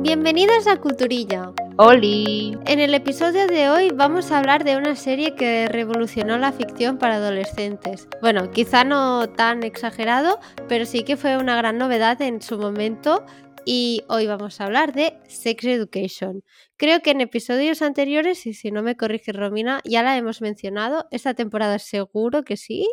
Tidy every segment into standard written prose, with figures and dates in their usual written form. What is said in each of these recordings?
Bienvenidos a Culturilla. ¡Holi! En el episodio de hoy vamos a hablar de una serie que revolucionó la ficción para adolescentes. Bueno, quizá no tan exagerado, pero sí que fue una gran novedad en su momento y hoy vamos a hablar de Sex Education. Creo que en episodios anteriores, y si no me corrige Romina, ya la hemos mencionado. Esta temporada seguro que sí,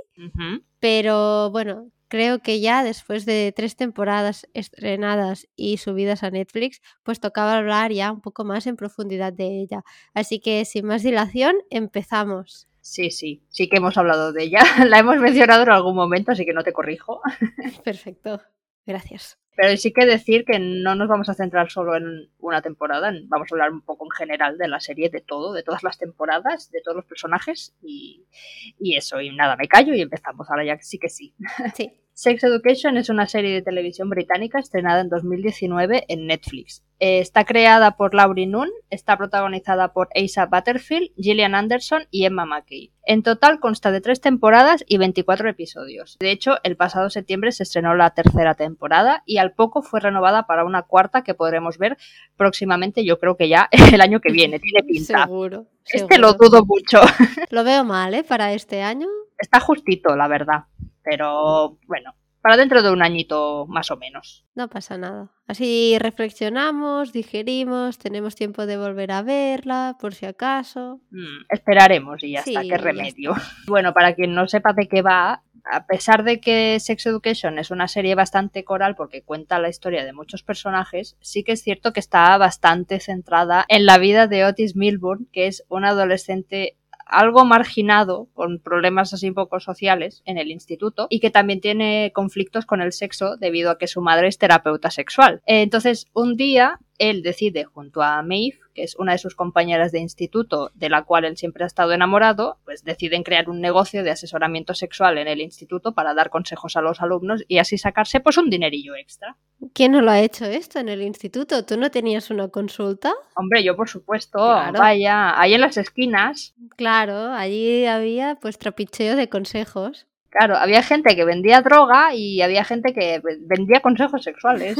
pero bueno, creo que ya después de 3 temporadas estrenadas y subidas a Netflix, pues tocaba hablar ya un poco más en profundidad de ella. Así que sin más dilación, empezamos. Sí que hemos hablado de ella. La hemos mencionado en algún momento, así que no te corrijo. Perfecto, gracias. Pero sí que decir que no nos vamos a centrar solo en una temporada, vamos a hablar un poco en general de la serie, de todo, de todas las temporadas, de todos los personajes y eso. Y nada, me callo y empezamos. Ahora ya sí que sí. Sí. Sex Education es una serie de televisión británica estrenada en 2019 en Netflix. Está creada por Laurie Nunn, está protagonizada por Asa Butterfield, Gillian Anderson y Emma Mackey. En total consta de 3 temporadas y 24 episodios. De hecho, el pasado septiembre se estrenó la tercera temporada y al poco fue renovada para una cuarta que podremos ver próximamente, yo creo que ya el año que viene. Tiene pinta. Seguro. Lo dudo mucho. Lo veo mal, para este año. Está justito, la verdad. Pero bueno, para dentro de un añito más o menos. No pasa nada. Así reflexionamos, digerimos, tenemos tiempo de volver a verla, por si acaso. Esperaremos y ya Sí, está, qué remedio. ya está. Bueno, para quien no sepa de qué va, a pesar de que Sex Education es una serie bastante coral porque cuenta la historia de muchos personajes, sí que es cierto que está bastante centrada en la vida de Otis Milburn, que es un adolescente algo marginado, con problemas así un poco sociales en el instituto y que también tiene conflictos con el sexo debido a que su madre es terapeuta sexual. Entonces, un día él decide, junto a Maeve, que es una de sus compañeras de instituto de la cual él siempre ha estado enamorado, pues deciden crear un negocio de asesoramiento sexual en el instituto para dar consejos a los alumnos y así sacarse pues un dinerillo extra. ¿Quién no lo ha hecho esto en el instituto? ¿Tú no tenías una consulta? Hombre, yo por supuesto, Claro. Vaya, ahí en las esquinas. Claro, allí había pues trapicheo de consejos. Claro, había gente que vendía droga y había gente que vendía consejos sexuales.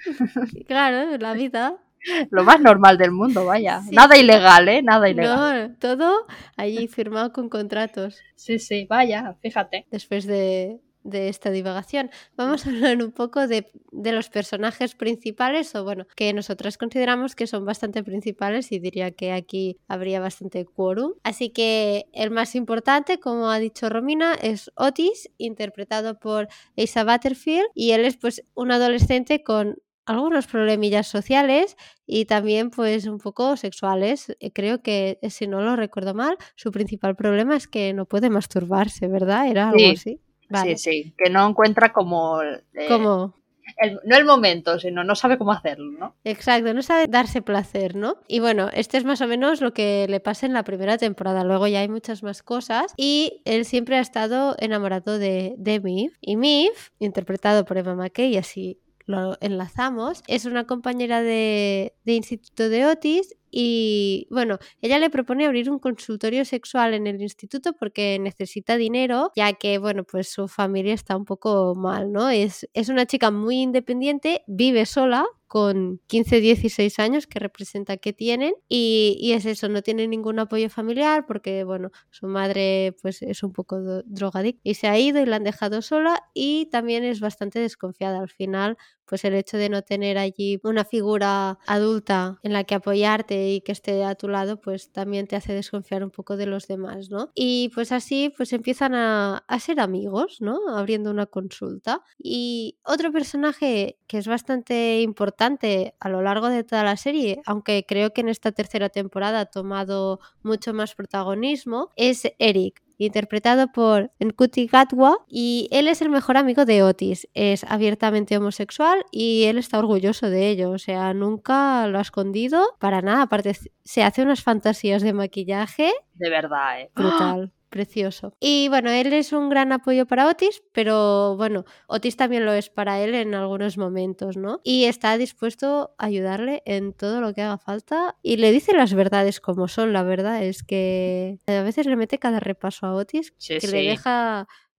Claro, la vida. Lo más normal del mundo, vaya. Sí. Nada ilegal, ¿eh? Nada ilegal. No, todo allí firmado con contratos. Sí, vaya, fíjate. Después de esta divagación, vamos a hablar un poco de los personajes principales, o bueno, que nosotras consideramos que son bastante principales y diría que aquí habría bastante quórum. Así que el más importante, como ha dicho Romina, es Otis, interpretado por Asa Butterfield, y él es pues un adolescente con algunos problemillas sociales y también pues un poco sexuales. Creo que, si no lo recuerdo mal, su principal problema es que no puede masturbarse, ¿verdad? ¿Era algo así? Vale. Sí, que no encuentra como... ¿Cómo? No el momento, sino no sabe cómo hacerlo, ¿no? Exacto, no sabe darse placer, ¿no? Y bueno, este es más o menos lo que le pasa en la primera temporada. Luego ya hay muchas más cosas y él siempre ha estado enamorado de Maeve. Y Maeve, interpretado por Emma Mackey, y así lo enlazamos, es una compañera de instituto de Otis. Y bueno, ella le propone abrir un consultorio sexual en el instituto porque necesita dinero, ya que bueno, pues su familia está un poco mal, ¿no? Es una chica muy independiente, vive sola con 15, 16 años, que representa que tienen, y es eso, no tiene ningún apoyo familiar porque bueno, su madre pues es un poco drogadicta y se ha ido y la han dejado sola, y también es bastante desconfiada. Al final pues el hecho de no tener allí una figura adulta en la que apoyarte y que esté a tu lado, pues también te hace desconfiar un poco de los demás, ¿no? Y pues así pues empiezan a ser amigos, ¿no? Abriendo una consulta. Y otro personaje que es bastante importante a lo largo de toda la serie, aunque creo que en esta tercera temporada ha tomado mucho más protagonismo, es Eric, interpretado por Ncuti Gatwa, y él es el mejor amigo de Otis. Es abiertamente homosexual y él está orgulloso de ello, o sea, nunca lo ha escondido para nada. Aparte, se hace unas fantasías de maquillaje de verdad, brutal. Precioso. Y bueno, él es un gran apoyo para Otis, pero bueno, Otis también lo es para él en algunos momentos, ¿no? Y está dispuesto a ayudarle en todo lo que haga falta y le dice las verdades como son. La verdad es que a veces le mete cada repaso a Otis, que le deja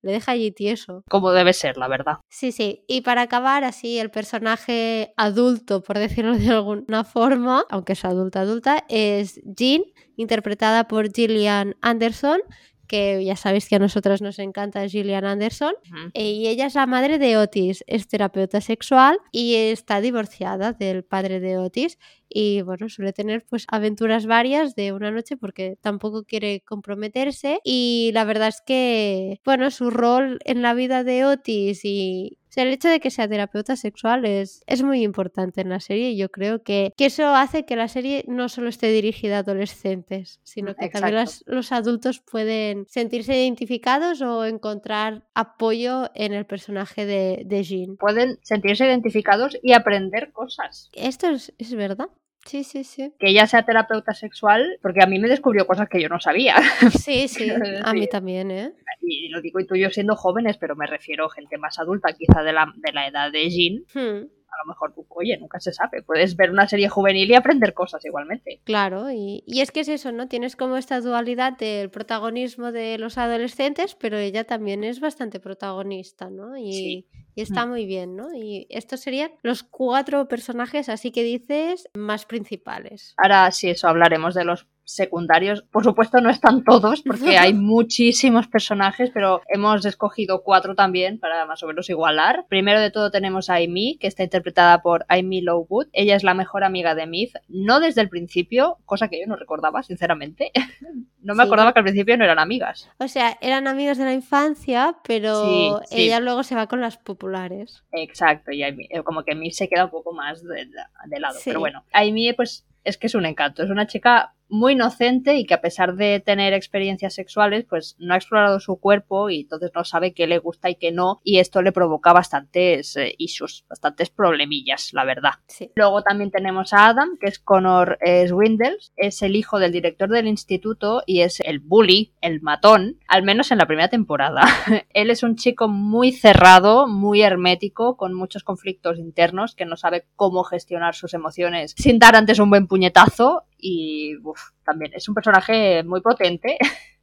le deja allí tieso. Como debe ser, la verdad. Sí, sí. Y para acabar, así, el personaje adulto, por decirlo de alguna forma, aunque es adulta, es Jean, interpretada por Gillian Anderson, que ya sabéis que a nosotras nos encanta Gillian Anderson, y ella es la madre de Otis, es terapeuta sexual y está divorciada del padre de Otis, y bueno, suele tener pues aventuras varias de una noche porque tampoco quiere comprometerse, y la verdad es que, bueno, su rol en la vida de Otis y... O sea, el hecho de que sea terapeuta sexual es muy importante en la serie, y yo creo que eso hace que la serie no solo esté dirigida a adolescentes, sino que también los adultos pueden sentirse identificados o encontrar apoyo en el personaje de Jean. Pueden sentirse identificados y aprender cosas. Esto es verdad. Sí, sí, sí. Que ella sea terapeuta sexual, porque a mí me descubrió cosas que yo no sabía. Sí, sí, a mí también, ¿eh? Y lo digo y tú y yo siendo jóvenes, pero me refiero a gente más adulta, quizá de la edad de Jean. A lo mejor, oye, nunca se sabe. Puedes ver una serie juvenil y aprender cosas igualmente. Claro, y es que es eso, ¿no? Tienes como esta dualidad del protagonismo de los adolescentes, pero ella también es bastante protagonista, ¿no? Y está muy bien, ¿no? Y estos serían los 4 personajes, así que dices, más principales. Ahora sí, eso hablaremos de los secundarios. Por supuesto no están todos porque hay muchísimos personajes, pero hemos escogido 4 también para más o menos igualar. Primero de todo tenemos a Amy, que está interpretada por Amy Lowood. Ella es la mejor amiga de Miff, no desde el principio, cosa que yo no recordaba, sinceramente. No me acordaba que al principio no eran amigas. O sea, eran amigas de la infancia, pero ella luego se va con las populares. Exacto, y Amy, como que Miff se queda un poco más de lado. Pero bueno, Amy pues es que es un encanto, es una chica muy inocente y que a pesar de tener experiencias sexuales, pues no ha explorado su cuerpo y entonces no sabe qué le gusta y qué no, y esto le provoca bastantes issues, bastantes problemillas, la verdad. Sí. Luego también tenemos a Adam, que es Connor Swindles, es el hijo del director del instituto y es el bully, el matón, al menos en la primera temporada. Él es un chico muy cerrado, muy hermético, con muchos conflictos internos, que no sabe cómo gestionar sus emociones sin dar antes un buen puñetazo. Y también es un personaje muy potente,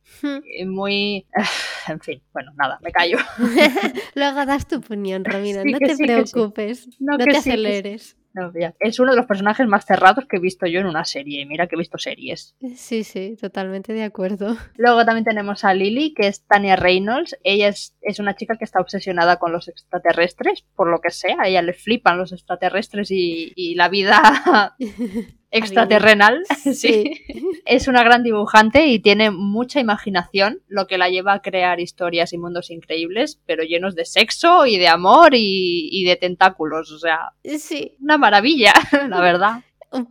muy... En fin, bueno, nada, me callo. Luego das tu opinión, Romina, no te preocupes, no te aceleres. No, es uno de los personajes más cerrados que he visto yo en una serie. Mira que he visto series. Sí, sí, totalmente de acuerdo. Luego también tenemos a Lily, que es Tanya Reynolds. Ella es una chica que está obsesionada con los extraterrestres, por lo que sea. A ella le flipan los extraterrestres y la vida extraterrenal. Sí. Es una gran dibujante y tiene mucha imaginación, lo que la lleva a crear historias y mundos increíbles, pero llenos de sexo y de amor y de tentáculos. O sea, sí, una maravilla, la verdad. Un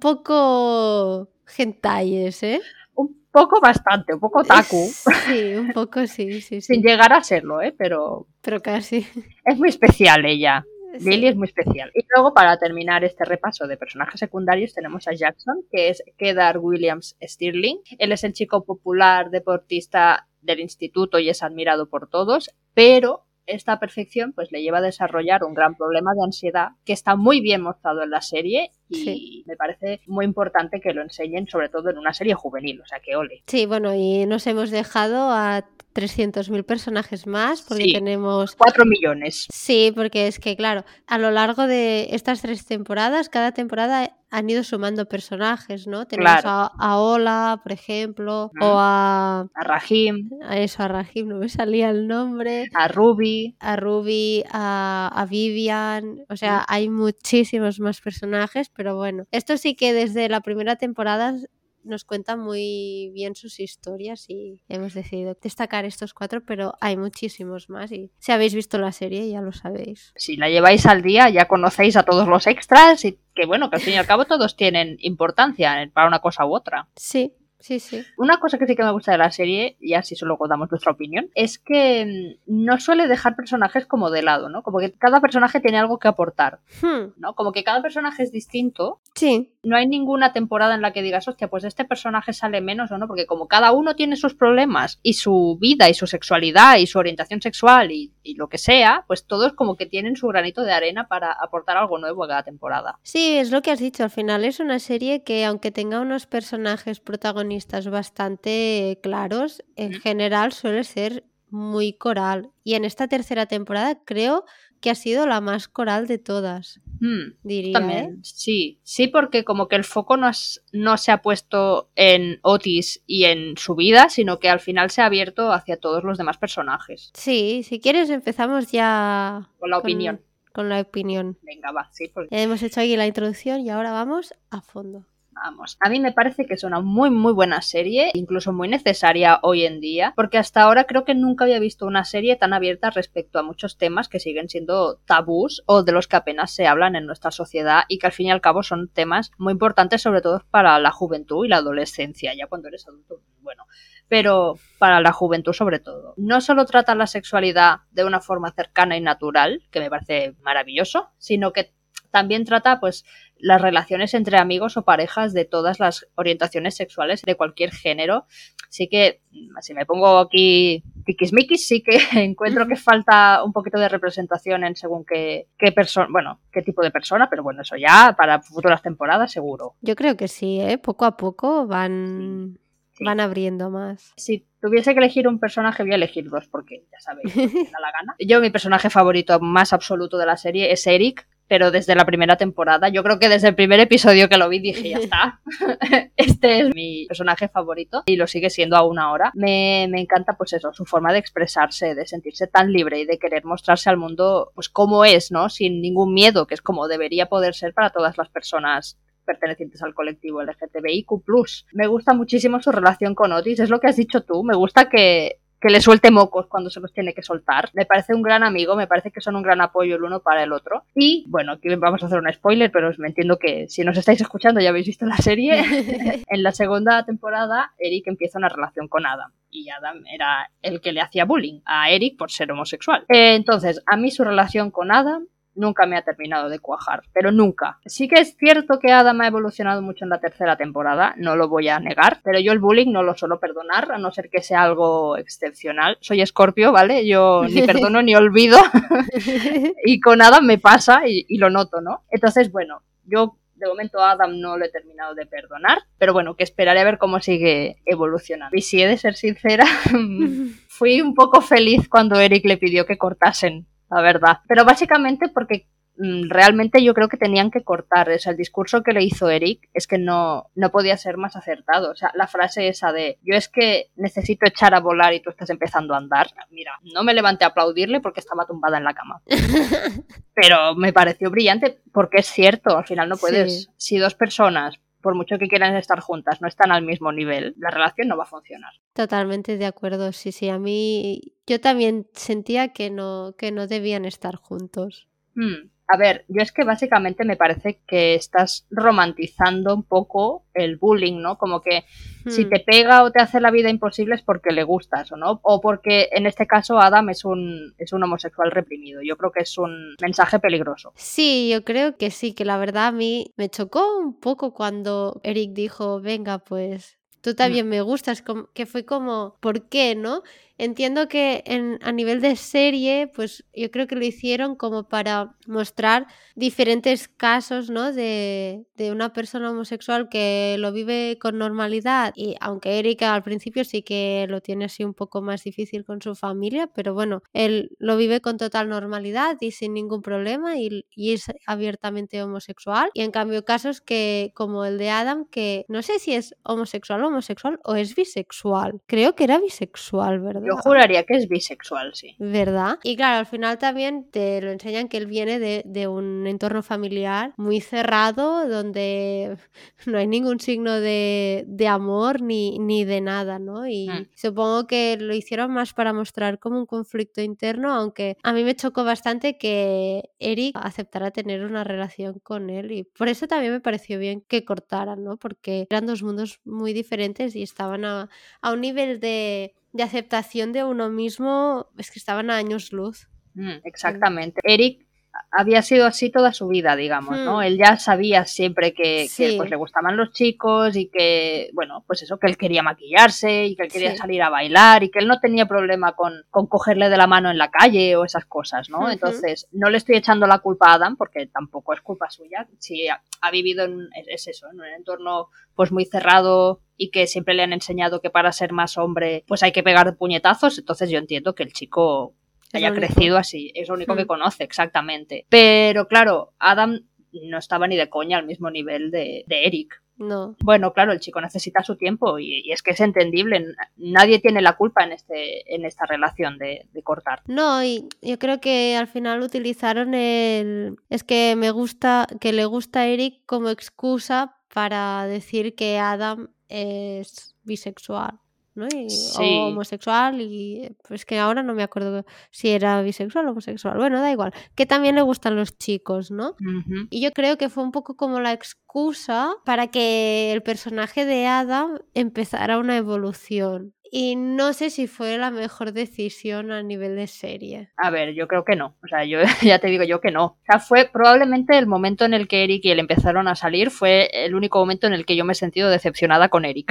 poco gentaies, ¿eh? Un poco bastante, un poco otaku. Sí, un poco sí. Sin llegar a serlo, pero casi. Es muy especial ella. Lily es muy especial. Y luego, para terminar este repaso de personajes secundarios, tenemos a Jackson, que es Kedar Williams Stirling. Él es el chico popular, deportista del instituto y es admirado por todos, pero esta perfección pues le lleva a desarrollar un gran problema de ansiedad que está muy bien mostrado en la serie y me parece muy importante que lo enseñen, sobre todo en una serie juvenil, o sea que ole. Sí, bueno, y nos hemos dejado a 300.000 personajes más porque tenemos 4 millones. Sí, porque es que claro, a lo largo de estas 3 temporadas, cada temporada han ido sumando personajes, ¿no? Tenemos a Ola, por ejemplo, o a Rahim. A Rahim, no me salía el nombre. A Ruby. A Vivian. O sea, hay muchísimos más personajes, pero bueno. Esto sí que desde la primera temporada nos cuentan muy bien sus historias y hemos decidido destacar estos 4, pero hay muchísimos más y si habéis visto la serie ya lo sabéis. Si la lleváis al día ya conocéis a todos los extras y que bueno, que al fin y al cabo todos tienen importancia para una cosa u otra. Sí. Una cosa que sí que me gusta de la serie, y así solo damos nuestra opinión, es que no suele dejar personajes como de lado, ¿no? Como que cada personaje tiene algo que aportar, ¿no? Como que cada personaje es distinto. Sí. No hay ninguna temporada en la que digas, hostia, pues este personaje sale menos o no, porque como cada uno tiene sus problemas y su vida y su sexualidad y su orientación sexual y lo que sea, pues todos como que tienen su granito de arena para aportar algo nuevo a cada temporada. Sí, es lo que has dicho, al final es una serie que aunque tenga unos personajes protagonistas bastante claros, en general suele ser muy coral. Y en esta tercera temporada creo que ha sido la más coral de todas, diría, también, sí, porque como que el foco no se ha puesto en Otis y en su vida, sino que al final se ha abierto hacia todos los demás personajes. Sí, si quieres empezamos ya Con la opinión. Con la opinión. Venga, va, sí. Porque... Ya hemos hecho aquí la introducción y ahora vamos a fondo. Vamos, a mí me parece que es una muy muy buena serie, incluso muy necesaria hoy en día, porque hasta ahora creo que nunca había visto una serie tan abierta respecto a muchos temas que siguen siendo tabús o de los que apenas se hablan en nuestra sociedad y que al fin y al cabo son temas muy importantes sobre todo para la juventud y la adolescencia, ya cuando eres adulto, bueno, pero para la juventud sobre todo. No solo trata la sexualidad de una forma cercana y natural, que me parece maravilloso, sino que también trata pues las relaciones entre amigos o parejas de todas las orientaciones sexuales de cualquier género. Así que si me pongo aquí tiquismiquis, sí que encuentro que falta un poquito de representación en según qué persona, bueno, qué tipo de persona, pero bueno, eso ya para futuras temporadas seguro. Yo creo que sí, poco a poco van abriendo más. Si tuviese que elegir un personaje, voy a elegir dos, porque ya sabéis, me da la gana. Yo, mi personaje favorito más absoluto de la serie es Eric, pero desde la primera temporada, yo creo que desde el primer episodio que lo vi dije, ya está, este es mi personaje favorito y lo sigue siendo aún ahora. Me encanta pues eso, su forma de expresarse, de sentirse tan libre y de querer mostrarse al mundo pues como es, ¿no? Sin ningún miedo, que es como debería poder ser para todas las personas pertenecientes al colectivo LGTBIQ+. Me gusta muchísimo su relación con Otis, es lo que has dicho tú, me gusta que le suelte mocos cuando se los tiene que soltar. Me parece un gran amigo, me parece que son un gran apoyo el uno para el otro. Y, bueno, aquí vamos a hacer un spoiler, pero me entiendo que si nos estáis escuchando ya habéis visto la serie. En la segunda temporada, Eric empieza una relación con Adam. Y Adam era el que le hacía bullying a Eric por ser homosexual. Entonces, a mí su relación con Adam nunca me ha terminado de cuajar, pero nunca. Sí que es cierto que Adam ha evolucionado mucho en la tercera temporada, no lo voy a negar, pero yo el bullying no lo suelo perdonar, a no ser que sea algo excepcional. Soy Escorpio, ¿vale? Yo ni perdono ni olvido, y con Adam me pasa y lo noto, ¿no? Entonces, bueno, yo de momento a Adam no lo he terminado de perdonar, pero bueno, que esperaré a ver cómo sigue evolucionando. Y si he de ser sincera, fui un poco feliz cuando Eric le pidió que cortasen, la verdad. Pero básicamente porque realmente yo creo que tenían que cortar. O sea, el discurso que le hizo Eric es que no podía ser más acertado. O sea, la frase esa de yo es que necesito echar a volar y tú estás empezando a andar. Mira, no me levanté a aplaudirle porque estaba tumbada en la cama. Pero me pareció brillante porque es cierto, al final no puedes. Sí. Si dos personas, por mucho que quieran estar juntas, no están al mismo nivel, la relación no va a funcionar. Totalmente de acuerdo, sí, a mí yo también sentía que no debían estar juntos. A ver, yo es que básicamente me parece que estás romantizando un poco el bullying, ¿no? Como que si te pega o te hace la vida imposible es porque le gustas, ¿o no? O porque en este caso Adam es un homosexual reprimido. Yo creo que es un mensaje peligroso. Sí, yo creo que sí, que la verdad a mí me chocó un poco cuando Eric dijo, venga, pues tú también me gustas, que fue como, ¿por qué, no? Entiendo que a nivel de serie, pues yo creo que lo hicieron como para mostrar diferentes casos, ¿no? De una persona homosexual que lo vive con normalidad y aunque Erika al principio sí que lo tiene así un poco más difícil con su familia, pero bueno, él lo vive con total normalidad y sin ningún problema y es abiertamente homosexual. Y en cambio casos que como el de Adam, que no sé si es homosexual o es bisexual. Creo que era bisexual, ¿verdad? Yo juraría que es bisexual, sí. ¿Verdad? Y claro, al final también te lo enseñan que él viene de un entorno familiar muy cerrado, donde no hay ningún signo de amor ni de nada, ¿no? Y supongo que lo hicieron más para mostrar como un conflicto interno, aunque a mí me chocó bastante que Eric aceptara tener una relación con él y por eso también me pareció bien que cortaran, ¿no? Porque eran dos mundos muy diferentes y estaban a un nivel de aceptación de uno mismo, es que estaban a años luz. Exactamente. Eric había sido así toda su vida, digamos, ¿no? Él ya sabía siempre que pues le gustaban los chicos y que, bueno, pues eso, que él quería maquillarse y que él quería salir a bailar y que él no tenía problema con cogerle de la mano en la calle o esas cosas, ¿no? Entonces, no le estoy echando la culpa a Adam porque tampoco es culpa suya. Si ha vivido en un entorno pues muy cerrado y que siempre le han enseñado que para ser más hombre pues hay que pegar puñetazos, entonces yo entiendo que el chico haya crecido así, es lo único que conoce, exactamente. Pero claro, Adam no estaba ni de coña al mismo nivel de Eric. No. Bueno, claro, el chico necesita su tiempo y es que es entendible. Nadie tiene la culpa en esta relación de cortar. No, y yo creo que al final utilizaron es que que le gusta a Eric como excusa para decir que Adam es bisexual, ¿no? O homosexual, y pues que ahora no me acuerdo si era bisexual o homosexual. Bueno, da igual. Que también le gustan los chicos, ¿no? Y yo creo que fue un poco como la excusa para que el personaje de Adam empezara una evolución. Y no sé si fue la mejor decisión a nivel de serie. A ver, yo creo que no. O sea, yo ya te digo yo que no. O sea, fue probablemente el momento en el que Eric y él empezaron a salir, fue el único momento en el que yo me he sentido decepcionada con Eric.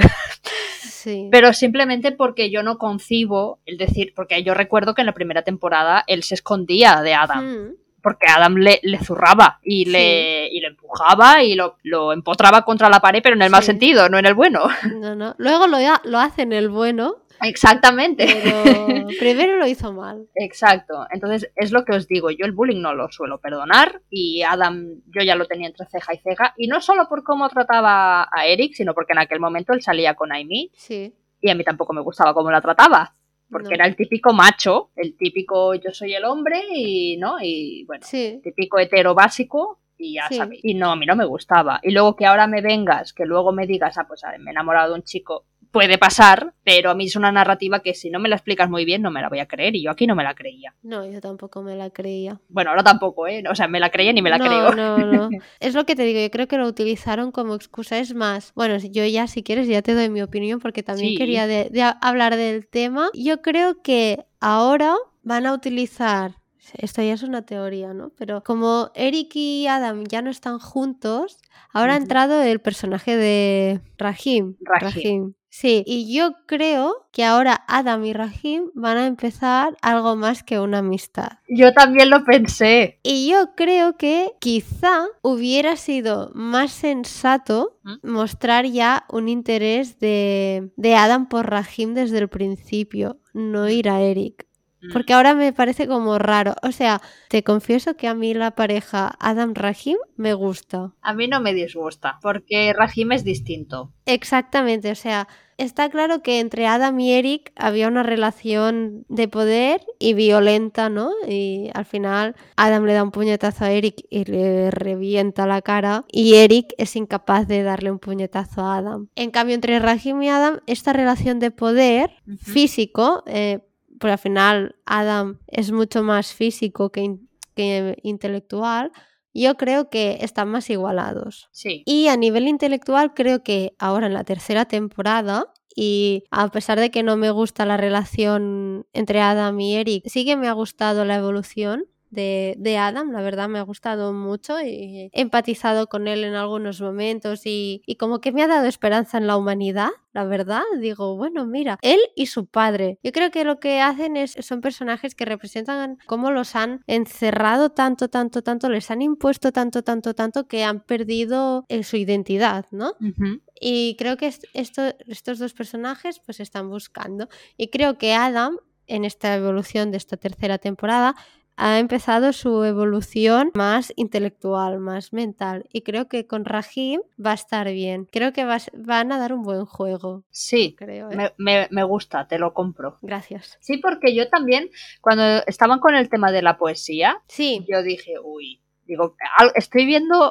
Sí. Pero simplemente porque yo no concibo el decir, porque yo recuerdo que en la primera temporada él se escondía de Adam. Porque Adam le zurraba y le empujaba y lo empotraba contra la pared, pero en el mal sentido, no en el bueno. No. Luego lo hace en el bueno. Exactamente. Pero primero lo hizo mal. Exacto. Entonces, es lo que os digo. Yo el bullying no lo suelo perdonar y Adam yo ya lo tenía entre ceja y ceja. Y no solo por cómo trataba a Eric, sino porque en aquel momento él salía con Amy. Sí. Y a mí tampoco me gustaba cómo la trataba. Porque era el típico macho, el típico yo soy el hombre y, ¿no? Y bueno, típico hetero básico y ya sabéis. Y no, a mí no me gustaba. Y luego que ahora me vengas, que luego me digas, pues me he enamorado de un chico, puede pasar, pero a mí es una narrativa que si no me la explicas muy bien no me la voy a creer y yo aquí no me la creía. No, yo tampoco me la creía. Bueno, ahora tampoco, ¿eh? O sea, me la creía ni me la creo. No. Es lo que te digo, yo creo que lo utilizaron como excusa. Es más, bueno, yo ya si quieres ya te doy mi opinión porque también quería hablar del tema. Yo creo que ahora van a utilizar... Esto ya es una teoría, ¿no? Pero como Eric y Adam ya no están juntos, ahora ha entrado el personaje de Rahim. Sí, y yo creo que ahora Adam y Rahim van a empezar algo más que una amistad. Yo también lo pensé. Y yo creo que quizá hubiera sido más sensato mostrar ya un interés de Adam por Rahim desde el principio, no ir a Eric. Porque ahora me parece como raro. O sea, te confieso que a mí la pareja Adam-Rahim me gusta. A mí no me disgusta, porque Rahim es distinto. Exactamente, o sea, está claro que entre Adam y Eric había una relación de poder y violenta, ¿no? Y al final Adam le da un puñetazo a Eric y le revienta la cara y Eric es incapaz de darle un puñetazo a Adam. En cambio, entre Rahim y Adam, esta relación de poder físico... pues al final Adam es mucho más físico que intelectual, yo creo que están más igualados. Sí. Y a nivel intelectual creo que ahora en la tercera temporada, y a pesar de que no me gusta la relación entre Adam y Eric, sí que me ha gustado la evolución de Adam, la verdad me ha gustado mucho y he empatizado con él en algunos momentos y como que me ha dado esperanza en la humanidad, la verdad. Digo, bueno, mira, él y su padre, yo creo que lo que hacen son personajes que representan cómo los han encerrado tanto, les han impuesto tanto que han perdido su identidad, ¿no? Y creo que estos dos personajes pues están buscando, y creo que Adam en esta evolución de esta tercera temporada ha empezado su evolución más intelectual, más mental. Y creo que con Rahim va a estar bien. Creo que van a dar un buen juego. Sí, creo, me gusta, te lo compro. Gracias. Sí, porque yo también, cuando estaban con el tema de la poesía, yo dije, digo, estoy viendo,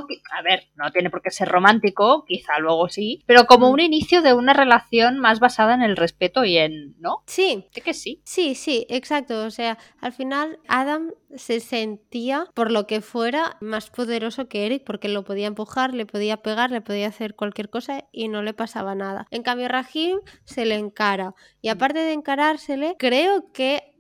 a ver, no tiene por qué ser romántico, quizá luego sí, pero como un inicio de una relación más basada en el respeto y en, ¿no? Sí. ¿Sí que sí? Sí, exacto. O sea, al final Adam se sentía, por lo que fuera, más poderoso que Eric, porque lo podía empujar, le podía pegar, le podía hacer cualquier cosa y no le pasaba nada. En cambio, Rahim se le encara. Y aparte de encarársele, creo que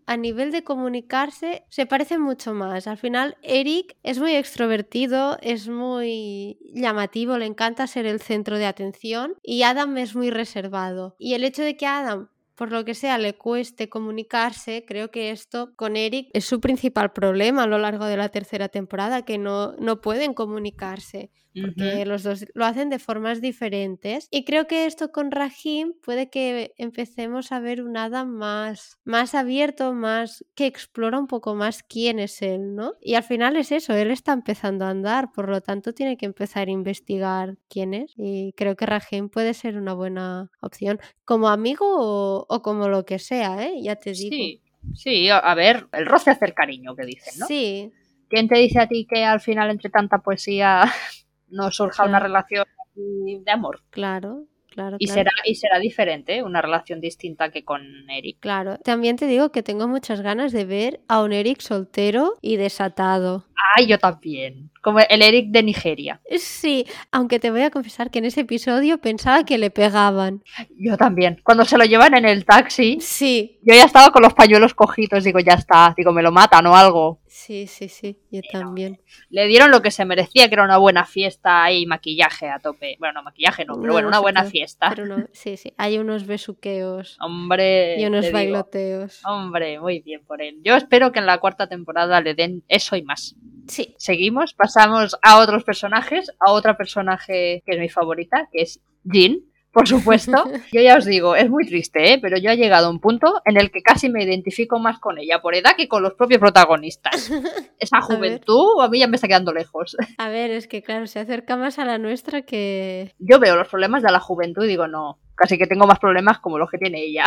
a nivel de comunicarse se parecen mucho más. Al final Eric es muy extrovertido, es muy llamativo, le encanta ser el centro de atención y Adam es muy reservado. Y el hecho de que a Adam, por lo que sea, le cueste comunicarse, creo que esto con Eric es su principal problema a lo largo de la tercera temporada, que no pueden comunicarse. Porque los dos lo hacen de formas diferentes. Y creo que esto con Rahim puede que empecemos a ver un Adam más abierto, más que explora un poco más quién es él, ¿no? Y al final es eso, él está empezando a andar, por lo tanto tiene que empezar a investigar quién es. Y creo que Rahim puede ser una buena opción. Como amigo o como lo que sea, ¿eh? Ya te digo. Sí, a ver, el roce hace el cariño que dicen, ¿no? Sí. ¿Quién te dice a ti que al final entre tanta poesía no surja una relación de amor? Claro. Y será diferente, una relación distinta que con Eric. Claro, también te digo que tengo muchas ganas de ver a un Eric soltero y desatado. Ay, yo también. Como el Eric de Nigeria. Sí, aunque te voy a confesar que en ese episodio pensaba que le pegaban. Yo también. Cuando se lo llevan en el taxi, sí. Yo ya estaba con los pañuelos cogidos, digo, ya está, digo, me lo matan o algo. Sí, yo también. Le dieron lo que se merecía, que era una buena fiesta y maquillaje a tope. Bueno, no maquillaje no, pero bueno, una buena fiesta. Pero no, sí, hay unos besuqueos. Hombre. Y unos bailoteos. Hombre, muy bien por él. Yo espero que en la cuarta temporada le den eso y más. Sí. Seguimos, pasamos a otros personajes, a otra personaje que es mi favorita, que es Jean. Por supuesto, yo ya os digo, es muy triste, pero yo he llegado a un punto en el que casi me identifico más con ella por edad que con los propios protagonistas. Esa juventud a mí ya me está quedando lejos. A ver, es que claro, se acerca más a la nuestra que... Yo veo los problemas de la juventud y digo, no, casi que tengo más problemas como los que tiene ella.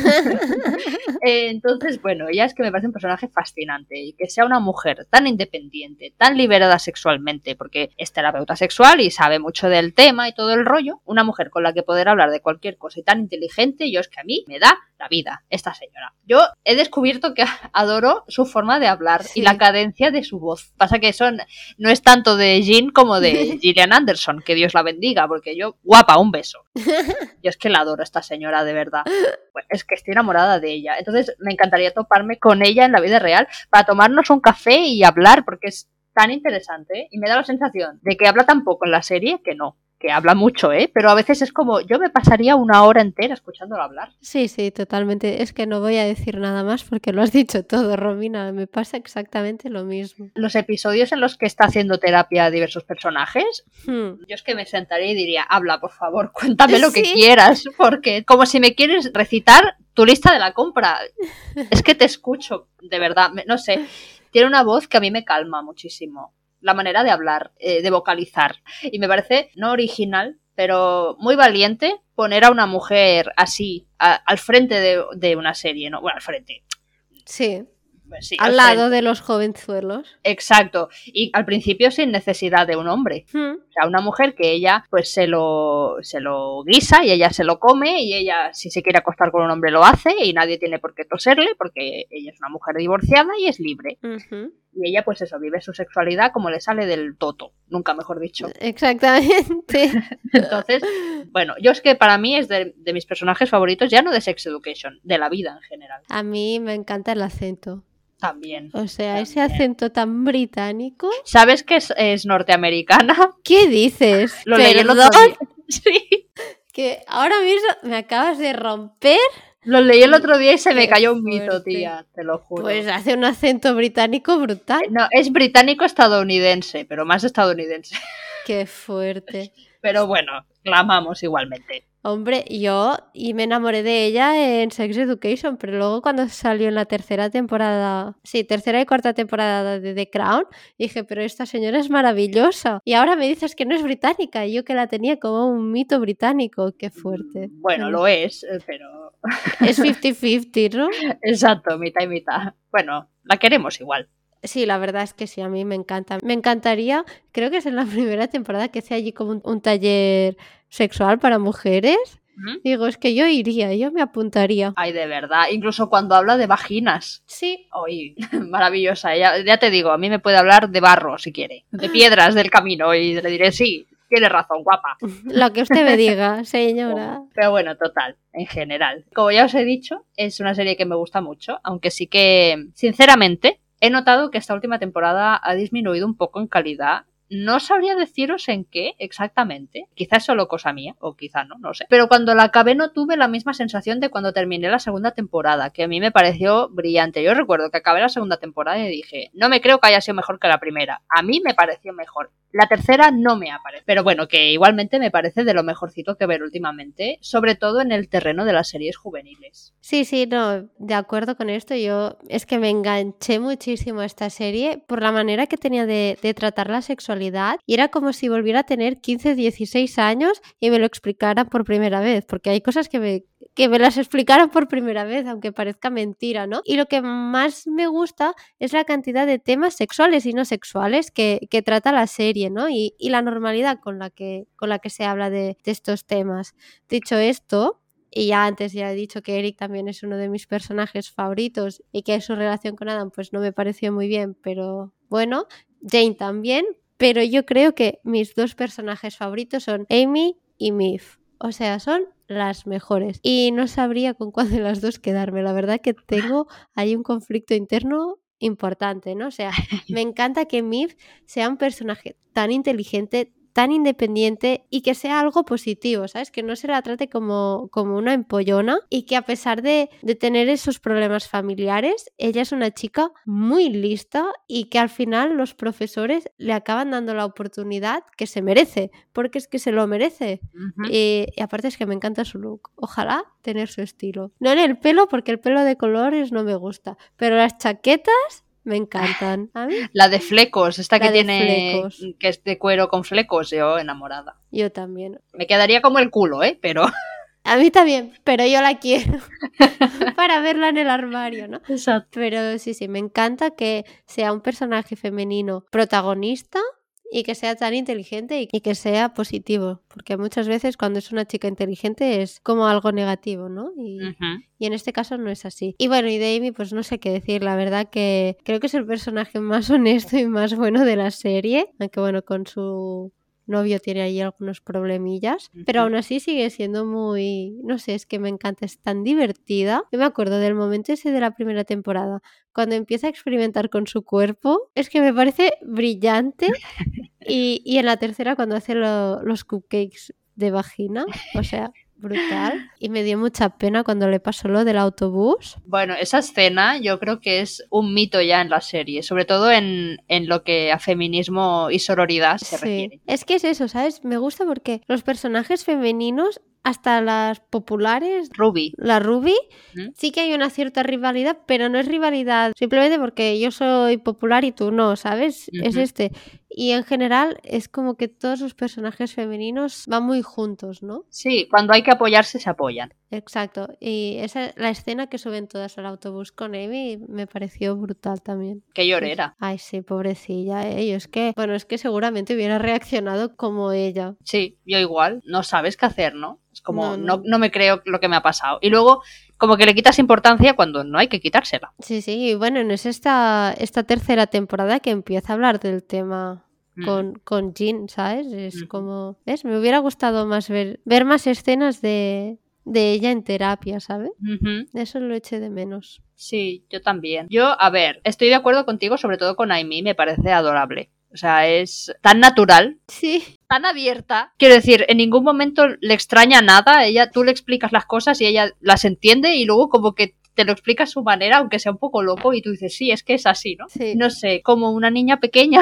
Entonces, bueno, ella es que me parece un personaje fascinante y que sea una mujer tan independiente, tan liberada sexualmente, porque es terapeuta sexual y sabe mucho del tema y todo el rollo, una mujer con la que poder hablar de cualquier cosa y tan inteligente, yo es que a mí me da la vida esta señora. Yo he descubierto que adoro su forma de hablar y la cadencia de su voz. Pasa que eso no es tanto de Jean como de Gillian Anderson, que Dios la bendiga, porque yo, guapa, un beso. Yo es que la adoro esta señora, de verdad. Pues es que estoy enamorada de ella. Entonces me encantaría toparme con ella en la vida real para tomarnos un café y hablar, porque es tan interesante y me da la sensación de que habla tan poco en la serie que no. Que habla mucho, pero a veces es como, yo me pasaría una hora entera escuchándolo hablar. Sí, totalmente. Es que no voy a decir nada más porque lo has dicho todo, Romina. Me pasa exactamente lo mismo. Los episodios en los que está haciendo terapia a diversos personajes, yo es que me sentaría y diría, habla, por favor, cuéntame lo que quieras, porque como si me quieres recitar tu lista de la compra. Es que te escucho, de verdad, no sé. Tiene una voz que a mí me calma muchísimo. La manera de hablar, de vocalizar. Y me parece no original, pero muy valiente poner a una mujer así al frente de una serie, ¿no? Bueno, al frente. Sí, al lado de los jovenzuelos. Exacto. Y al principio sin necesidad de un hombre. O sea, una mujer que ella pues se lo guisa y ella se lo come y ella si se quiere acostar con un hombre lo hace y nadie tiene por qué toserle porque ella es una mujer divorciada y es libre. Y ella, pues eso, vive su sexualidad como le sale del toto, nunca mejor dicho. Exactamente. Entonces, bueno, yo es que para mí es de mis personajes favoritos, ya no de Sex Education, de la vida en general. A mí me encanta el acento. También. O sea, ese acento tan británico. ¿Sabes que es norteamericana? ¿Qué dices? Lo leí el otro día. Sí. Que ahora mismo me acabas de romper. Lo leí el otro día y se me cayó un mito, tía, te lo juro. Pues hace un acento británico brutal. No, es británico-estadounidense, pero más estadounidense. Qué fuerte. Pero bueno, la amamos igualmente. Hombre, yo me enamoré de ella en Sex Education, pero luego cuando salió en la tercera y cuarta temporada de The Crown, dije, pero esta señora es maravillosa. Y ahora me dices que no es británica, y yo que la tenía como un mito británico. Qué fuerte. Bueno, lo es, pero... Es 50-50, ¿no? Exacto, mitad y mitad. Bueno, la queremos igual. Sí, la verdad es que sí, a mí me encanta. Me encantaría, creo que es en la primera temporada que sea allí como un taller sexual para mujeres. Digo, es que yo iría, yo me apuntaría. Ay, de verdad, incluso cuando habla de vaginas. Sí. Ay, maravillosa. Ya te digo, a mí me puede hablar de barro si quiere, de piedras del camino y le diré sí. Tienes razón, guapa. Lo que usted me diga, señora. Pero bueno, total, en general. Como ya os he dicho, es una serie que me gusta mucho, aunque sí que, sinceramente, he notado que esta última temporada ha disminuido un poco en calidad. No sabría deciros en qué exactamente. Quizás es solo cosa mía, o quizá no sé. Pero cuando la acabé no tuve la misma sensación de cuando terminé la segunda temporada, que a mí me pareció brillante. Yo recuerdo que acabé la segunda temporada y dije, no me creo que haya sido mejor que la primera. A mí me pareció mejor. La tercera no me aparece. Pero bueno, que igualmente me parece de lo mejorcito que ver últimamente, sobre todo en el terreno de las series juveniles. Sí, no, de acuerdo con esto. Yo es que me enganché muchísimo a esta serie por la manera que tenía de tratar la sexualidad y era como si volviera a tener 15, 16 años y me lo explicaran por primera vez, porque hay cosas que me las explicaron por primera vez, aunque parezca mentira, ¿no? Y lo que más me gusta es la cantidad de temas sexuales y no sexuales que trata la serie, ¿no? Y la normalidad con la que se habla de estos temas. Dicho esto, y ya antes ya he dicho que Eric también es uno de mis personajes favoritos y que su relación con Adam pues no me pareció muy bien, pero bueno, Jane también, pero yo creo que mis dos personajes favoritos son Amy y Maeve. O sea, son las mejores. Y no sabría con cuál de las dos quedarme. La verdad que tengo ahí un conflicto interno importante, ¿no? O sea, me encanta que Maeve sea un personaje tan inteligente, tan independiente y que sea algo positivo, ¿sabes? Que no se la trate como una empollona y que a pesar de tener esos problemas familiares, ella es una chica muy lista y que al final los profesores le acaban dando la oportunidad que se merece, porque es que se lo merece. Uh-huh. Y aparte es que me encanta su look. Ojalá tener su estilo. No en el pelo, porque el pelo de colores no me gusta, pero las chaquetas me encantan. ¿A mí? La de flecos, esta La que de tiene flecos. que es de cuero con flecos, yo enamorada. Yo también. Me quedaría como el culo, pero A mí también, pero yo la quiero para verla en el armario, ¿no? exacto. Pero sí, me encanta que sea un personaje femenino protagonista y que sea tan inteligente y que sea positivo, porque muchas veces cuando es una chica inteligente es como algo negativo, ¿no? Uh-huh. Y en este caso no es así. Y bueno, y de Amy pues no sé qué decir, la verdad que creo que es el personaje más honesto y más bueno de la serie, aunque bueno, con su novio tiene ahí algunos problemillas, pero aún así sigue siendo muy, no sé, es que me encanta, es tan divertida. Yo me acuerdo del momento ese de la primera temporada, cuando empieza a experimentar con su cuerpo, es que me parece brillante. Y en la tercera cuando hace los cupcakes de vagina, o sea, brutal. Y me dio mucha pena cuando le pasó lo del autobús. Bueno, esa escena yo creo que es un mito ya en la serie, sobre todo en lo que a feminismo y sororidad se refiere. Es que es eso, ¿sabes? Me gusta porque los personajes femeninos, hasta las populares, la Ruby, sí que hay una cierta rivalidad, pero no es rivalidad simplemente porque yo soy popular y tú no, ¿sabes? Es y en general es como que todos los personajes femeninos van muy juntos, ¿no? Sí, cuando hay que apoyarse se apoyan. Exacto, y la escena que suben todas al autobús con Amy me pareció brutal también. Qué llorera. Ay, sí, pobrecilla, yo es que seguramente hubiera reaccionado como ella. Sí, yo igual, no sabes qué hacer, ¿no? Es como, no me creo lo que me ha pasado. Y luego, como que le quitas importancia cuando no hay que quitársela. Sí, y bueno, no es esta tercera temporada que empieza a hablar del tema con Jean, ¿sabes? Es como, ¿ves? Me hubiera gustado más ver más escenas de ella en terapia, ¿sabes? Eso lo eché de menos. Sí, yo también. Yo, a ver, estoy de acuerdo contigo, sobre todo con Amy, me parece adorable. O sea, es tan natural. Sí. Tan abierta. Quiero decir, en ningún momento le extraña nada. Tú le explicas las cosas y ella las entiende y luego como que te lo explica a su manera, aunque sea un poco loco, y tú dices, sí, es que es así, ¿no? Sí. No sé, como una niña pequeña.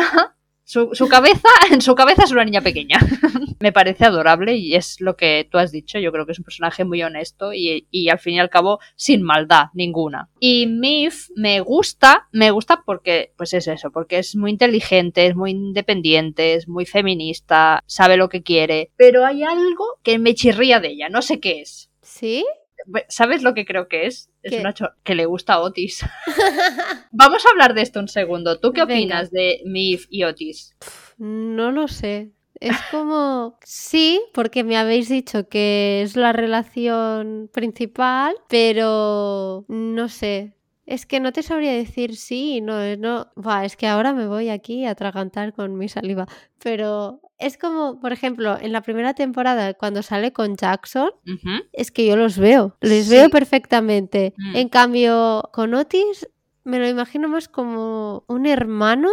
Su cabeza, en su cabeza es una niña pequeña. Me parece adorable y es lo que tú has dicho. Yo creo que es un personaje muy honesto y al fin y al cabo sin maldad ninguna. Y Maeve me gusta porque, pues es eso, porque es muy inteligente, es muy independiente, es muy feminista, sabe lo que quiere. Pero hay algo que me chirría de ella, no sé qué es. ¿Sí? ¿Sabes lo que creo que es? Es una que le gusta a Otis. Vamos a hablar de esto un segundo. ¿Tú qué opinas de Maeve y Otis? No lo sé. Es como... Sí, porque me habéis dicho que es la relación principal, pero no sé. Es que no te sabría decir sí, no, Buah, es que ahora me voy aquí a atragantar con mi saliva. Pero es como, por ejemplo, en la primera temporada, cuando sale con Jackson, es que yo les veo Sí. perfectamente. En cambio, con Otis me lo imagino más como un hermano,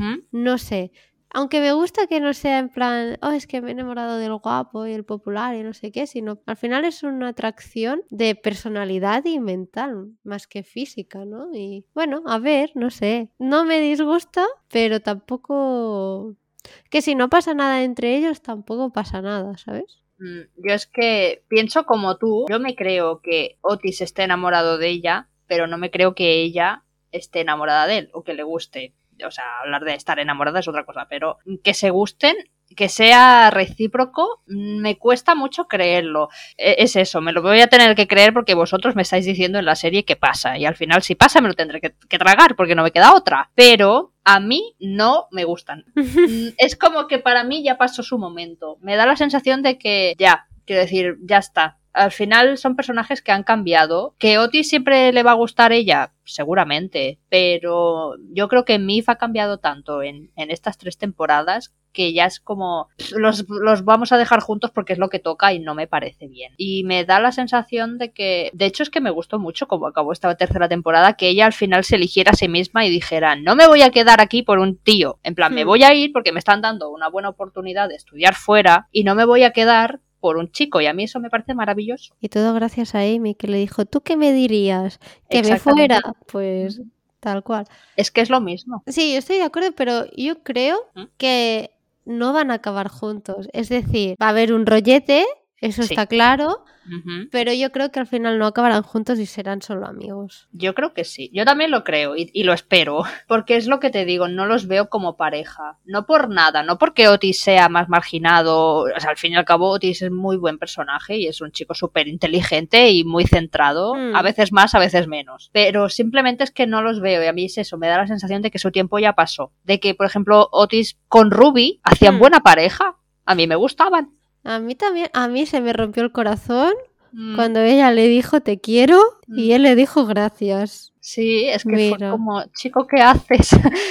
no sé. Aunque me gusta que no sea en plan, oh, es que me he enamorado del guapo y el popular y no sé qué, sino al final es una atracción de personalidad y mental, más que física, ¿no? Y bueno, a ver, no sé, no me disgusta, pero tampoco... Que si no pasa nada entre ellos, tampoco pasa nada, ¿sabes? Yo es que pienso como tú, yo me creo que Otis esté enamorado de ella, pero no me creo que ella esté enamorada de él o que le guste. O sea, hablar de estar enamorada es otra cosa, pero que se gusten, que sea recíproco, me cuesta mucho creerlo. Es eso, me lo voy a tener que creer porque vosotros me estáis diciendo en la serie que pasa. Y al final, si pasa, me lo tendré que tragar porque no me queda otra. Pero a mí no me gustan. Es como que para mí ya pasó su momento. Me da la sensación de que ya, quiero decir, ya está. Al final son personajes que han cambiado. ¿Que Otis siempre le va a gustar ella? Seguramente. Pero yo creo que Mif ha cambiado tanto en estas 3 temporadas que ya es como los vamos a dejar juntos porque es lo que toca y no me parece bien. Y me da la sensación de que, de hecho es que me gustó mucho como acabó esta tercera temporada, que ella al final se eligiera a sí misma y dijera, no me voy a quedar aquí por un tío, en plan, me voy a ir porque me están dando una buena oportunidad de estudiar fuera y no me voy a quedar por un chico, y a mí eso me parece maravilloso. Y todo gracias a Amy, que le dijo, ¿tú qué me dirías? ¿Que me fuera? Pues tal cual. Es que es lo mismo. Sí, yo estoy de acuerdo, pero yo creo que no van a acabar juntos. Es decir, va a haber un rollete, eso Sí. está claro, pero yo creo que al final no acabarán juntos y serán solo amigos. Yo creo que sí, yo también lo creo y lo espero, porque es lo que te digo, no los veo como pareja, no por nada, no porque Otis sea más marginado, o sea, al fin y al cabo Otis es muy buen personaje y es un chico súper inteligente y muy centrado, a veces más, a veces menos, pero simplemente es que no los veo y a mí es eso, me da la sensación de que su tiempo ya pasó, de que por ejemplo Otis con Ruby hacían buena pareja, a mí me gustaban. A mí también, a mí se me rompió el corazón cuando ella le dijo te quiero y él le dijo gracias. Sí, es que fue como, chico, ¿qué haces?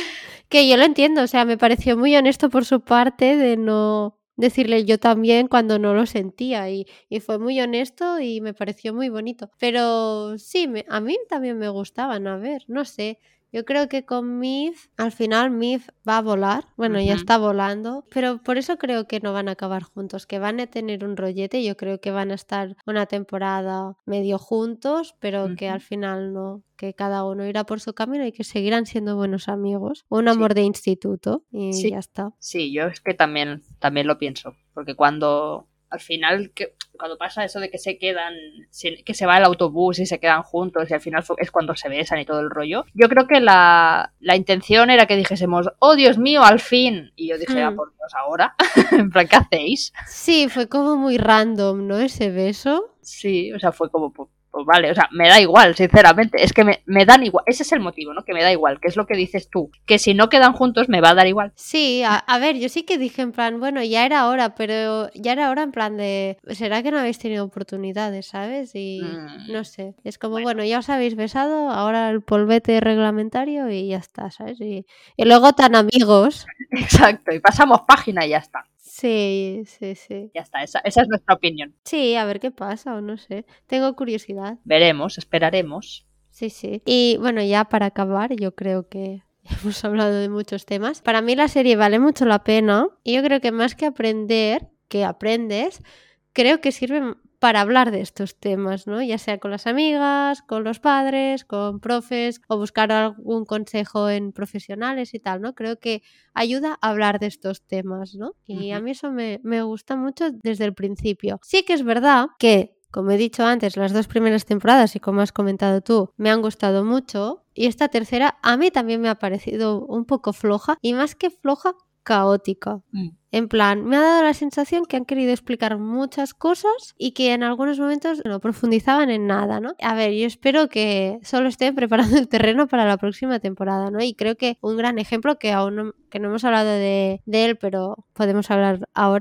Que yo lo entiendo, o sea, me pareció muy honesto por su parte de no decirle yo también cuando no lo sentía y fue muy honesto y me pareció muy bonito. Pero sí, a mí también me gustaban, a ver, no sé. Yo creo que con Mif, al final Mif va a volar, bueno, ya está volando, pero por eso creo que no van a acabar juntos, que van a tener un rollete, yo creo que van a estar una temporada medio juntos, pero que al final no, que cada uno irá por su camino y que seguirán siendo buenos amigos, un amor de instituto y ya está. Sí, yo es que también lo pienso, porque cuando al final, cuando pasa eso de que se quedan, que se va el autobús y se quedan juntos y al final es cuando se besan y todo el rollo, yo creo que la intención era que dijésemos, oh Dios mío, al fin, y yo dije, por Dios, ahora, en plan, ¿qué hacéis? Sí, fue como muy random, ¿no? Ese beso. Sí, o sea, fue como... Pues vale, o sea, me da igual, sinceramente, es que me dan igual, ese es el motivo, ¿no? Que me da igual, que es lo que dices tú, que si no quedan juntos me va a dar igual. Sí, a ver, yo sí que dije en plan, bueno, ya era hora, pero ya era hora en plan de, ¿será que no habéis tenido oportunidades, sabes? Y no sé, es como, bueno, ya os habéis besado, ahora el polvete reglamentario y ya está, ¿sabes? Y luego tan amigos. Exacto, y pasamos página y ya está. Sí, sí, sí. Ya está, esa es nuestra opinión. Sí, a ver qué pasa o no sé. Tengo curiosidad. Veremos, esperaremos. Sí, sí. Y bueno, ya para acabar, yo creo que hemos hablado de muchos temas. Para mí la serie vale mucho la pena y yo creo que más que aprender, que aprendes, creo que sirve para hablar de estos temas, ¿no? Ya sea con las amigas, con los padres, con profes o buscar algún consejo en profesionales y tal, ¿no? Creo que ayuda a hablar de estos temas, ¿no? Y a mí eso me gusta mucho desde el principio. Sí que es verdad que, como he dicho antes, las 2 primeras temporadas y como has comentado tú, me han gustado mucho y esta tercera a mí también me ha parecido un poco floja y más que floja, caótica. En plan, me ha dado la sensación que han querido explicar muchas cosas y que en algunos momentos no profundizaban en nada, ¿no? A ver, yo espero que solo estén preparando el terreno para la próxima temporada, ¿no? Y creo que un gran ejemplo que aún no hemos hablado de él, pero podemos hablar ahora,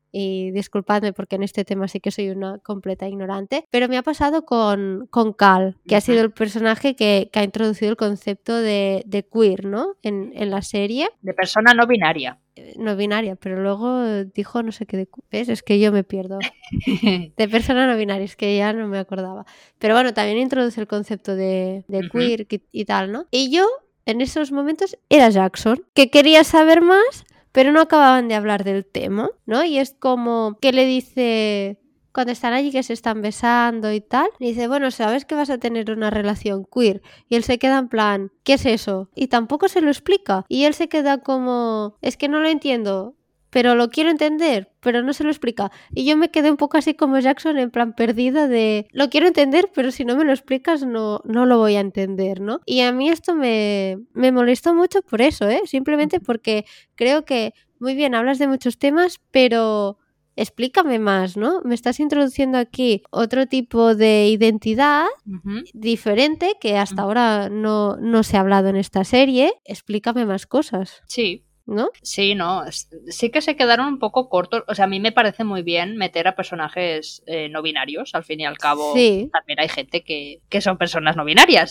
y disculpadme porque en este tema sí que soy una completa ignorante, pero me ha pasado con Cal, que ha sido el personaje que ha introducido el concepto de queer, ¿no? En la serie. De persona no binaria. No binaria, pero luego dijo no sé qué de... ¿Ves? Es que yo me pierdo. De persona no binaria, es que ya no me acordaba. Pero bueno, también introduce el concepto de queer y tal, ¿no? Y yo, en esos momentos, era Jackson, que quería saber más, pero no acababan de hablar del tema, ¿no? Y es como que le dice... Cuando están allí que se están besando y tal, le dice, bueno, sabes que vas a tener una relación queer. Y él se queda en plan, ¿qué es eso? Y tampoco se lo explica. Y él se queda como, es que no lo entiendo, pero lo quiero entender, pero no se lo explica. Y yo me quedé un poco así como Jackson, en plan perdida de, lo quiero entender, pero si no me lo explicas no lo voy a entender, ¿no? Y a mí esto me molestó mucho por eso, simplemente porque creo que, muy bien, hablas de muchos temas, pero... explícame más, ¿no? Me estás introduciendo aquí otro tipo de identidad diferente que hasta ahora no se ha hablado en esta serie. Explícame más cosas. Sí. ¿No? Sí, no, sí que se quedaron un poco cortos. O sea, a mí me parece muy bien meter a personajes no binarios. Al fin y al cabo, sí. También hay gente que son personas no binarias.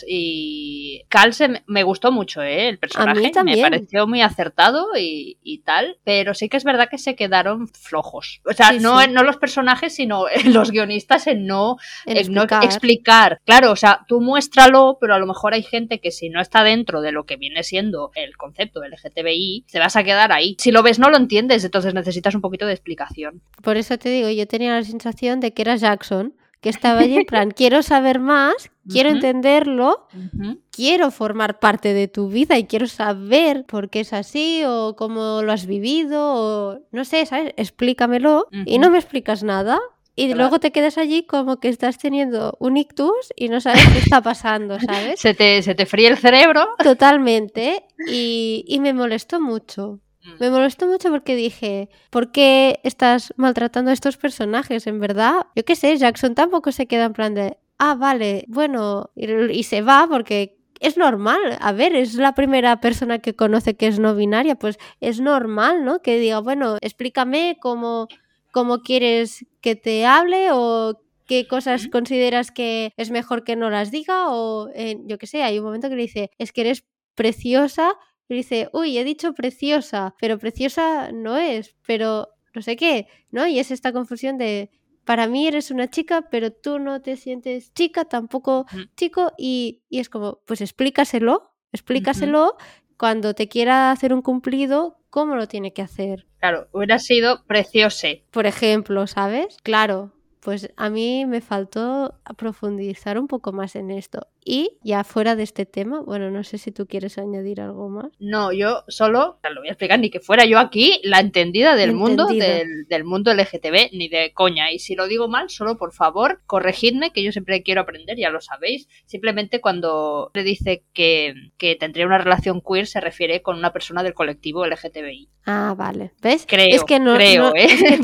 Y Cal me gustó mucho, el personaje. A mí también. Me pareció muy acertado y tal. Pero sí que es verdad que se quedaron flojos. O sea, no los personajes, sino los guionistas en no explicar. Claro, o sea, tú muéstralo, pero a lo mejor hay gente que si no está dentro de lo que viene siendo el concepto del LGTBI, se vas a quedar ahí. Si lo ves no lo entiendes, entonces necesitas un poquito de explicación. Por eso te digo, yo tenía la sensación de que era Jackson, que estaba allí en plan, quiero saber más, quiero entenderlo, quiero formar parte de tu vida y quiero saber por qué es así o cómo lo has vivido o no sé, ¿sabes? Explícamelo y no me explicas nada. Y luego te quedas allí como que estás teniendo un ictus y no sabes qué está pasando, ¿sabes? Se te fríe el cerebro. Totalmente. Y me molestó mucho. Me molestó mucho porque dije, ¿por qué estás maltratando a estos personajes? En verdad, yo qué sé, Jackson tampoco se queda en plan de, vale, bueno, y se va porque... es normal, a ver, es la primera persona que conoce que es no binaria, pues es normal, ¿no? Que diga, bueno, explícame cómo quieres que te hable o qué cosas consideras que es mejor que no las diga o yo qué sé, hay un momento que le dice, es que eres preciosa y dice, uy, he dicho preciosa, pero preciosa no es, pero no sé qué, ¿no? Y es esta confusión de, para mí eres una chica, pero tú no te sientes chica, tampoco chico y es como, pues explícaselo cuando te quiera hacer un cumplido, ¿cómo lo tiene que hacer? Claro, hubiera sido preciose. Por ejemplo, ¿sabes? Claro, pues a mí me faltó profundizar un poco más en esto. Y ya fuera de este tema, bueno, no sé si tú quieres añadir algo más. No, yo solo, no lo voy a explicar ni que fuera yo aquí la entendida del mundo del mundo LGTB, ni de coña. Y si lo digo mal, solo por favor, corregidme, que yo siempre quiero aprender, ya lo sabéis. Simplemente cuando le dice que tendría una relación queer, se refiere con una persona del colectivo LGTBI. Ah, vale. ¿Ves? Creo, es que es que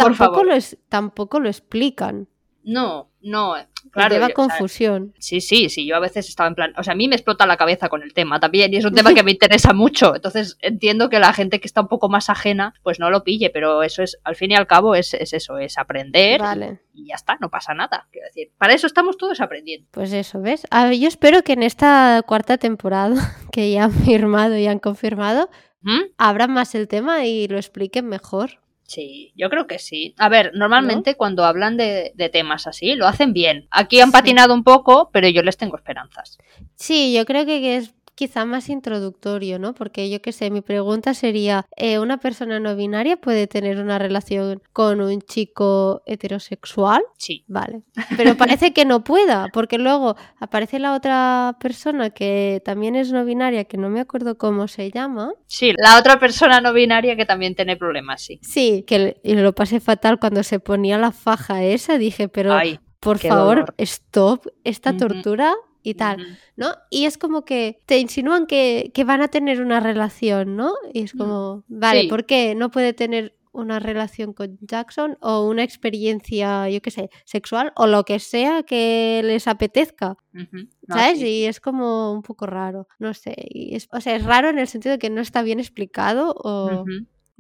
tampoco lo explican. No, claro. Lleva confusión. O sea, sí, yo a veces estaba en plan, o sea, a mí me explota la cabeza con el tema también y es un tema que me interesa mucho, entonces entiendo que la gente que está un poco más ajena pues no lo pille, pero eso es, al fin y al cabo es eso, es aprender. Vale. Y ya está, no pasa nada, quiero decir, para eso estamos todos aprendiendo. Pues eso, ¿ves? Yo espero que en esta cuarta temporada que ya han firmado y han confirmado, abran más el tema y lo expliquen mejor. Sí, yo creo que sí. A ver, normalmente cuando hablan de temas así, lo hacen bien. Aquí han patinado un poco, pero yo les tengo esperanzas. Sí, yo creo que es quizá más introductorio, ¿no? Porque yo qué sé, mi pregunta sería, ¿una persona no binaria puede tener una relación con un chico heterosexual? Sí. Vale. Pero parece que no pueda, porque luego aparece la otra persona que también es no binaria, que no me acuerdo cómo se llama. Sí, la otra persona no binaria que también tiene problemas, sí. Sí, y lo pasé fatal cuando se ponía la faja esa, dije, pero por favor, dolor. Stop esta tortura y tal, ¿no? Y es como que te insinúan que van a tener una relación, ¿no? Y es como, vale, ¿por qué no puede tener una relación con Jackson o una experiencia, yo qué sé, sexual o lo que sea que les apetezca? ¿Sabes? Y es como un poco raro, no sé. Y es raro en el sentido de que no está bien explicado o...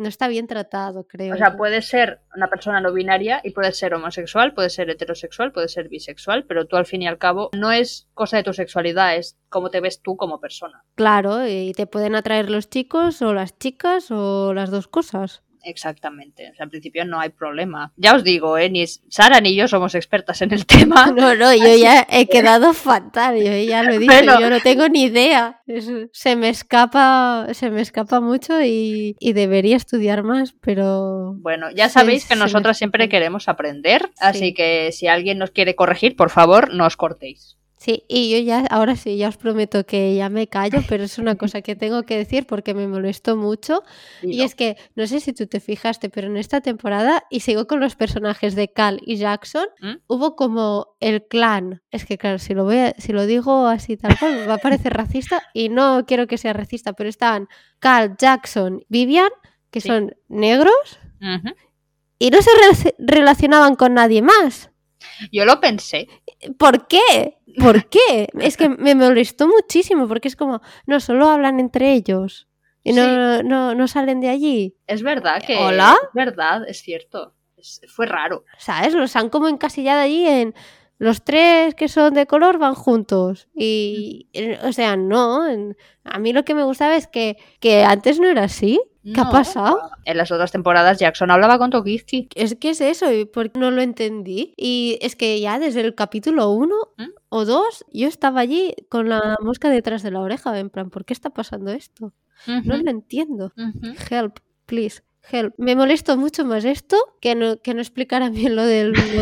no está bien tratado, creo. O sea, puedes ser una persona no binaria y puedes ser homosexual, puedes ser heterosexual, puedes ser bisexual, pero tú al fin y al cabo no es cosa de tu sexualidad, es cómo te ves tú como persona. Claro, y te pueden atraer los chicos o las chicas o las dos cosas. Exactamente, o sea, en principio no hay problema. Ya os digo, ni Sara ni yo somos expertas en el tema. No, yo ya he quedado fatal, yo ya lo he dicho, yo no tengo ni idea. Se me escapa mucho y debería estudiar más, pero... Bueno, ya sabéis que nosotras siempre queremos aprender, así que si alguien nos quiere corregir, por favor, no os cortéis. Sí, y yo ya, ahora sí, ya os prometo que ya me callo, pero es una cosa que tengo que decir porque me molestó mucho. Y es que, no sé si tú te fijaste, pero en esta temporada, y sigo con los personajes de Cal y Jackson, hubo como el clan. Es que claro, si lo digo así tal cual, va a parecer racista, y no quiero que sea racista, pero estaban Cal, Jackson, Vivian, que son negros, y no se relacionaban con nadie más. Yo lo pensé. ¿Por qué? ¿Por qué? Es que me molestó muchísimo porque es como, no, solo hablan entre ellos y no salen de allí. Es verdad que... ¿Hola? Es verdad, es cierto. Fue raro. ¿Sabes? Los han como encasillado allí en... Los tres que son de color van juntos. Y, o sea, no. A mí lo que me gustaba es que antes no era así. ¿Qué ha pasado? En las otras temporadas Jackson hablaba con Tokiski. Es que es eso, y porque no lo entendí. Y es que ya desde el capítulo 1 o 2 yo estaba allí con la mosca detrás de la oreja, en plan, ¿por qué está pasando esto? No lo entiendo. Help, please. Help. Me molestó mucho más esto que no explicara bien lo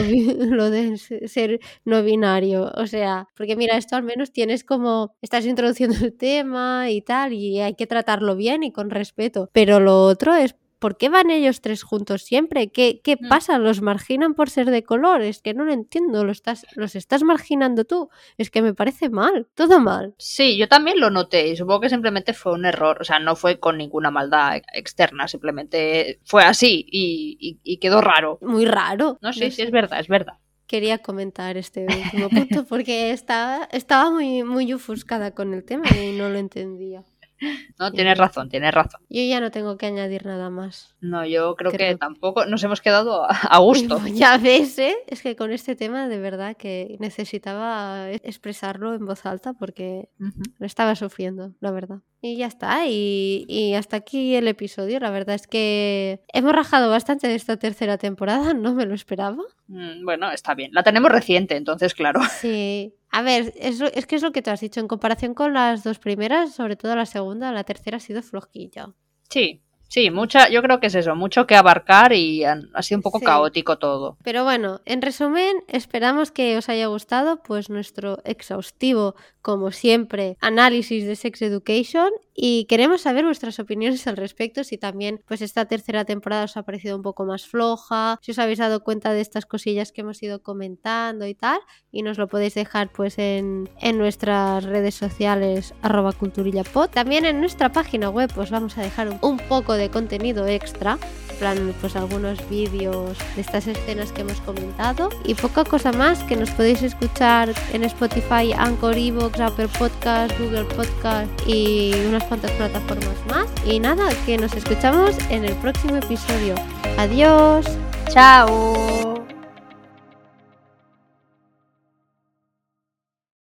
de ser no binario. O sea, porque mira, esto al menos tienes como... Estás introduciendo el tema y tal, y hay que tratarlo bien y con respeto. Pero lo otro es... ¿Por qué van ellos tres juntos siempre? ¿Qué pasa? ¿Los marginan por ser de color? Es que no lo entiendo. ¿Los estás marginando tú? Es que me parece mal. Todo mal. Sí, yo también lo noté y supongo que simplemente fue un error. O sea, no fue con ninguna maldad externa. Simplemente fue así y quedó raro. Muy raro. No, sí, es verdad, es verdad. Quería comentar este último punto porque estaba muy, muy ofuscada con el tema y no lo entendía. No, tienes razón. Yo ya no tengo que añadir nada más. No, yo creo que tampoco nos hemos quedado a gusto. Ya ves, ¿eh? Es que con este tema de verdad que necesitaba expresarlo en voz alta porque lo estaba sufriendo, la verdad. Y ya está, y hasta aquí el episodio. La verdad es que hemos rajado bastante de esta tercera temporada, no me lo esperaba. Bueno, está bien. La tenemos reciente, entonces claro. Sí. A ver, es que es lo que tú has dicho. En comparación con las dos primeras, sobre todo la segunda, la tercera ha sido flojilla. Sí, yo creo que es eso, mucho que abarcar y ha sido un poco caótico todo. Pero bueno, en resumen, esperamos que os haya gustado pues nuestro exhaustivo, como siempre, análisis de Sex Education y queremos saber vuestras opiniones al respecto, si también pues esta tercera temporada os ha parecido un poco más floja, si os habéis dado cuenta de estas cosillas que hemos ido comentando y tal, y nos lo podéis dejar pues en nuestras redes sociales @culturillapod. También en nuestra página web os vamos a dejar un poco de contenido extra, en plan pues algunos vídeos de estas escenas que hemos comentado y poca cosa más, que nos podéis escuchar en Spotify, Anchor, Evox, Apple Podcast, Google Podcast y unas cuantas plataformas más. Y nada, que nos escuchamos en el próximo episodio. Adiós. Chao.